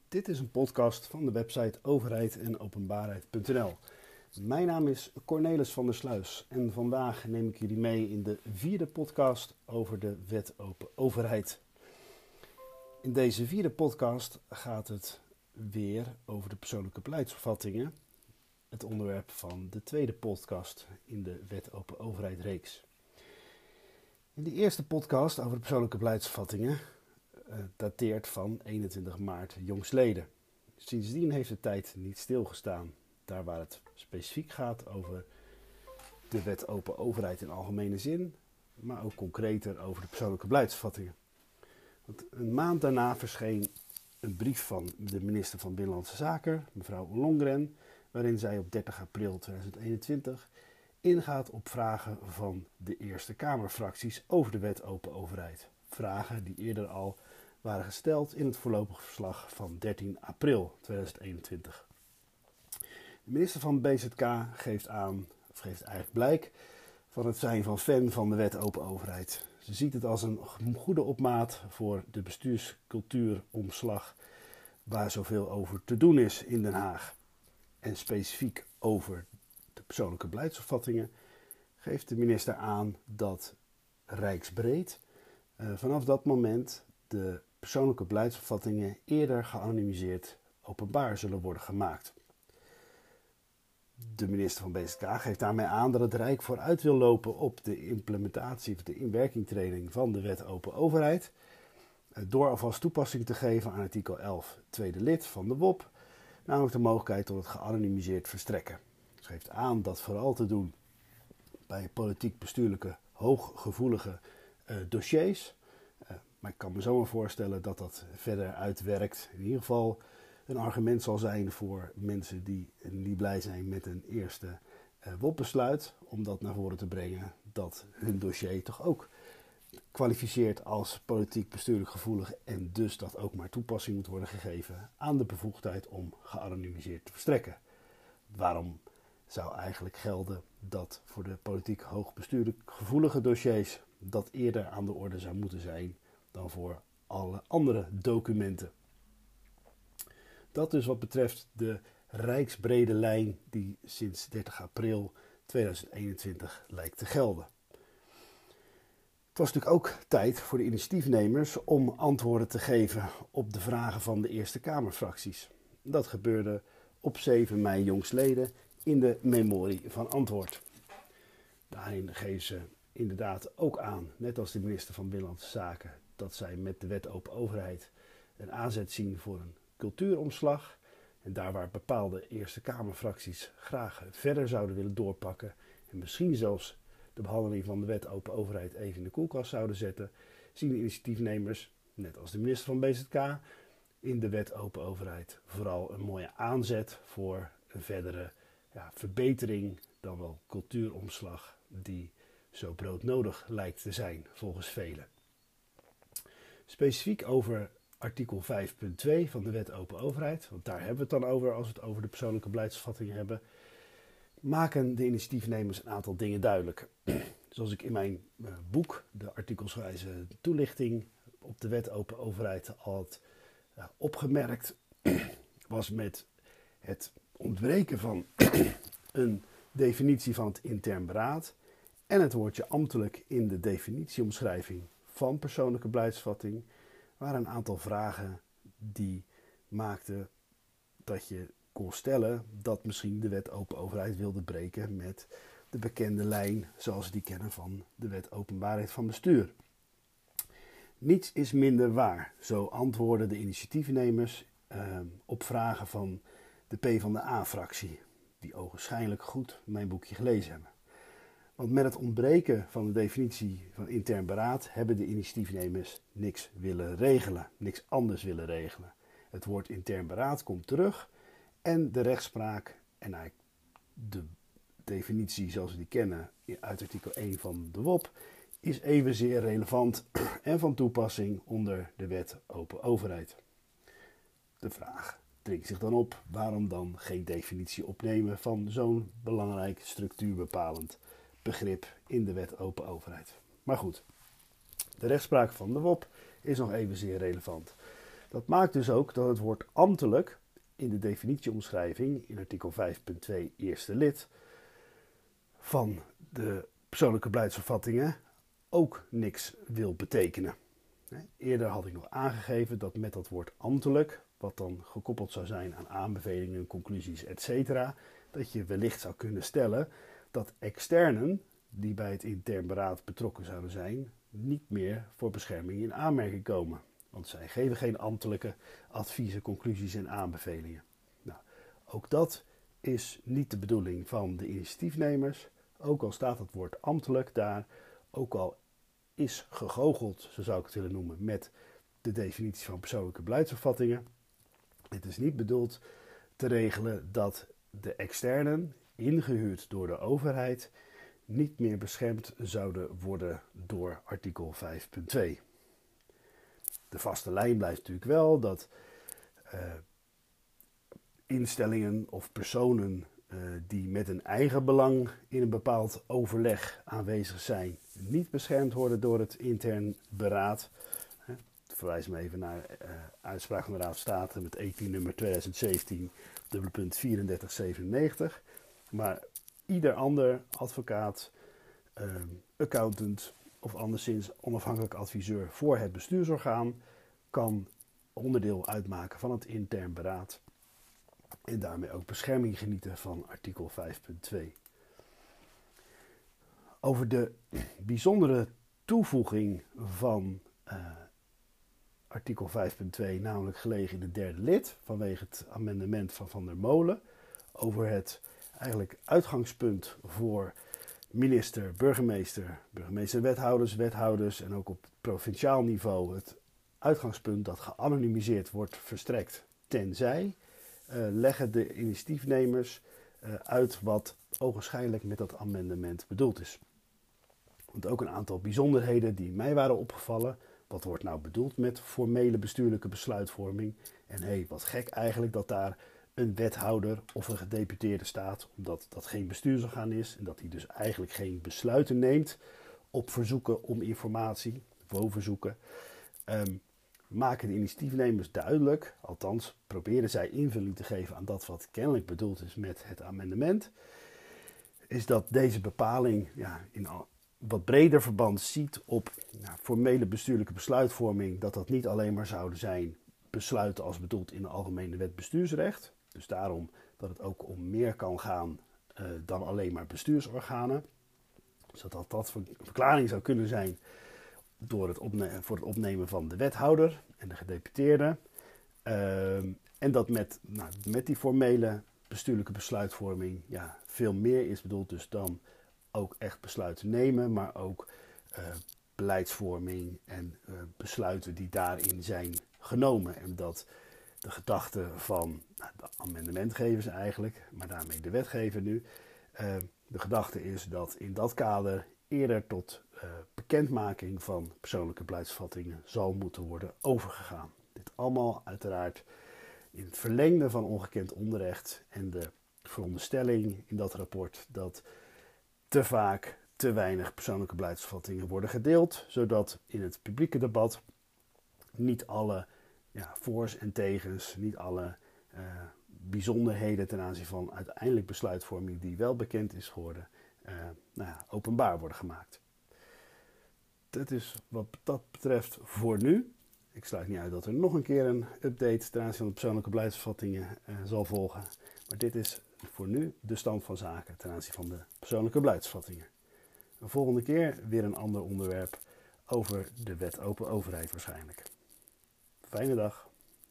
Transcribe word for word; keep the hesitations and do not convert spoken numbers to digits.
Dit is een podcast van de website overheid en openbaarheid punt n l. Mijn naam is Cornelis van der Sluis en vandaag neem ik jullie mee in de vierde podcast over de wet open overheid. In deze vierde podcast gaat het weer over de persoonlijke beleidsopvattingen, het onderwerp van de tweede podcast in de wet open overheid reeks. In de eerste podcast over de persoonlijke beleidsopvattingen uh, dateert van eenentwintig maart jongstleden. Sindsdien heeft de tijd niet stilgestaan. Daar waar het specifiek gaat over de wet open overheid in algemene zin, maar ook concreter over de persoonlijke beleidsopvattingen. Want een maand daarna verscheen een brief van de minister van Binnenlandse Zaken, mevrouw Ollongren, waarin zij op dertig april tweeduizend eenentwintig ingaat op vragen van de Eerste Kamerfracties over de wet open overheid. Vragen die eerder al waren gesteld in het voorlopig verslag van dertien april tweeduizend eenentwintig. De minister van B Z K geeft aan, of geeft eigenlijk blijk, van het zijn van fan van de wet open overheid. Ze ziet het als een goede opmaat voor de bestuurscultuuromslag waar zoveel over te doen is in Den Haag. En specifiek over de persoonlijke beleidsopvattingen geeft de minister aan dat rijksbreed uh, vanaf dat moment de persoonlijke beleidsopvattingen eerder geanonimiseerd openbaar zullen worden gemaakt. De minister van B Z K geeft daarmee aan dat het Rijk vooruit wil lopen op de implementatie of de inwerkingtreding van de wet open overheid, door alvast toepassing te geven aan artikel elf tweede lid van de W O P, namelijk de mogelijkheid tot het geanonimiseerd verstrekken. Ze geeft aan dat vooral te doen bij politiek-bestuurlijke hooggevoelige uh, dossiers. Uh, maar ik kan me zomaar voorstellen dat dat verder uitwerkt. In ieder geval een argument zal zijn voor mensen die niet blij zijn met een eerste uh, W O P-besluit, om dat naar voren te brengen dat hun dossier toch ook kwalificeert als politiek-bestuurlijk gevoelig en dus dat ook maar toepassing moet worden gegeven aan de bevoegdheid om geanonimiseerd te verstrekken. Waarom zou eigenlijk gelden dat voor de politiek hoogbestuurlijk gevoelige dossiers dat eerder aan de orde zou moeten zijn dan voor alle andere documenten? Dat dus wat betreft de rijksbrede lijn die sinds dertig april tweeduizend eenentwintig lijkt te gelden. Het was natuurlijk ook tijd voor de initiatiefnemers om antwoorden te geven op de vragen van de Eerste Kamerfracties. Dat gebeurde op zeven mei jongstleden in de memorie van antwoord. Daarin geven ze inderdaad ook aan, net als de minister van Binnenlandse Zaken, dat zij met de wet open overheid een aanzet zien voor een cultuuromslag. En daar waar bepaalde Eerste Kamerfracties graag verder zouden willen doorpakken en misschien zelfs de behandeling van de wet open overheid even in de koelkast zouden zetten, zien de initiatiefnemers, net als de minister van B Z K, in de wet open overheid vooral een mooie aanzet voor een verdere ja, verbetering, dan wel cultuuromslag, die zo broodnodig lijkt te zijn volgens velen. Specifiek over artikel vijf punt twee van de wet open overheid, want daar hebben we het dan over als we het over de persoonlijke beleidsopvattingen hebben, maken de initiatiefnemers een aantal dingen duidelijk. Zoals ik in mijn uh, boek, de artikelswijze toelichting op de wet open overheid, al had uh, opgemerkt, was met het ontbreken van een definitie van het intern beraad en het woordje ambtelijk in de definitieomschrijving van persoonlijke beleidsopvatting, waren een aantal vragen die maakten dat je kon stellen dat misschien de wet open overheid wilde breken met de bekende lijn zoals we die kennen van de wet openbaarheid van bestuur. Niets is minder waar, zo antwoorden de initiatiefnemers uh, op vragen van de PvdA-fractie, die ogenschijnlijk goed mijn boekje gelezen hebben. Want met het ontbreken van de definitie van intern beraad hebben de initiatiefnemers niks willen regelen, niks anders willen regelen. Het woord intern beraad komt terug en de rechtspraak en eigenlijk de definitie zoals we die kennen uit artikel één van de W O P is evenzeer relevant en van toepassing onder de wet open overheid. De vraag dringt zich dan op, waarom dan geen definitie opnemen van zo'n belangrijk structuurbepalend begrip in de wet open overheid. Maar goed, de rechtspraak van de W O P is nog evenzeer relevant. Dat maakt dus ook dat het woord ambtelijk in de definitieomschrijving in artikel vijf punt twee eerste lid van de persoonlijke beleidsvervattingen ook niks wil betekenen. Eerder had ik nog aangegeven dat met dat woord ambtelijk, wat dan gekoppeld zou zijn aan aanbevelingen, conclusies, et cetera, dat je wellicht zou kunnen stellen dat externen die bij het intern beraad betrokken zouden zijn, niet meer voor bescherming in aanmerking komen. Want zij geven geen ambtelijke adviezen, conclusies en aanbevelingen. Nou, ook dat is niet de bedoeling van de initiatiefnemers. Ook al staat het woord ambtelijk daar, ook al is gegoocheld, zo zou ik het willen noemen, met de definitie van persoonlijke beleidsopvattingen. Het is niet bedoeld te regelen dat de externen, ingehuurd door de overheid, niet meer beschermd zouden worden door artikel vijf punt twee. De vaste lijn blijft natuurlijk wel dat uh, instellingen of personen uh, die met een eigen belang in een bepaald overleg aanwezig zijn, niet beschermd worden door het intern beraad. Uh, verwijs me even naar uh, uitspraak van de Raad van State met E P nummer tweeduizend zeventien, dubbele punt vierendertig zevenennegentig. Maar ieder ander advocaat, uh, accountant of anderszins onafhankelijk adviseur voor het bestuursorgaan kan onderdeel uitmaken van het intern beraad en daarmee ook bescherming genieten van artikel vijf punt twee. Over de bijzondere toevoeging van uh, artikel vijf punt twee, namelijk gelegen in het derde lid, vanwege het amendement van Van der Molen, over het eigenlijk uitgangspunt voor minister, burgemeester, burgemeester, wethouders, wethouders en ook op provinciaal niveau het uitgangspunt dat geanonimiseerd wordt verstrekt tenzij, uh, leggen de initiatiefnemers uh, uit wat ogenschijnlijk met dat amendement bedoeld is. Want ook een aantal bijzonderheden die mij waren opgevallen. Wat wordt nou bedoeld met formele bestuurlijke besluitvorming? En hé, hey, wat gek eigenlijk dat daar een wethouder of een gedeputeerde staat, omdat dat geen bestuursorgaan is en dat hij dus eigenlijk geen besluiten neemt op verzoeken om informatie, woonverzoeken. Um, maken de initiatiefnemers duidelijk, althans proberen zij invulling te geven aan dat wat kennelijk bedoeld is met het amendement, is dat deze bepaling ja, in al, wat breder verband ziet op nou, formele bestuurlijke besluitvorming, dat dat niet alleen maar zouden zijn besluiten als bedoeld in de Algemene Wet Bestuursrecht. Dus daarom dat het ook om meer kan gaan uh, dan alleen maar bestuursorganen. Zodat dat een verklaring zou kunnen zijn door het opne- voor het opnemen van de wethouder en de gedeputeerde. Uh, en dat met, nou, met die formele bestuurlijke besluitvorming ja, veel meer is bedoeld dus dan ook echt besluiten nemen, maar ook uh, beleidsvorming en uh, besluiten die daarin zijn genomen. En dat de gedachte van nou, de amendementgevers eigenlijk, maar daarmee de wetgever nu, uh, de gedachte is dat in dat kader eerder tot uh, bekendmaking van persoonlijke beleidsvattingen zal moeten worden overgegaan. Dit allemaal uiteraard in het verlengde van ongekend onrecht en de veronderstelling in dat rapport dat te vaak te weinig persoonlijke beleidsvattingen worden gedeeld, zodat in het publieke debat niet alle ja, voor's en tegens, niet alle uh, bijzonderheden ten aanzien van uiteindelijk besluitvorming die wel bekend is geworden, uh, nou ja, openbaar worden gemaakt. Dat is wat dat betreft voor nu. Ik sluit niet uit dat er nog een keer een update ten aanzien van de persoonlijke beleidsvattingen uh, zal volgen. Maar dit is voor nu de stand van zaken ten aanzien van de persoonlijke beleidsvattingen. De volgende keer weer een ander onderwerp over de wet open overheid waarschijnlijk. Fijne dag.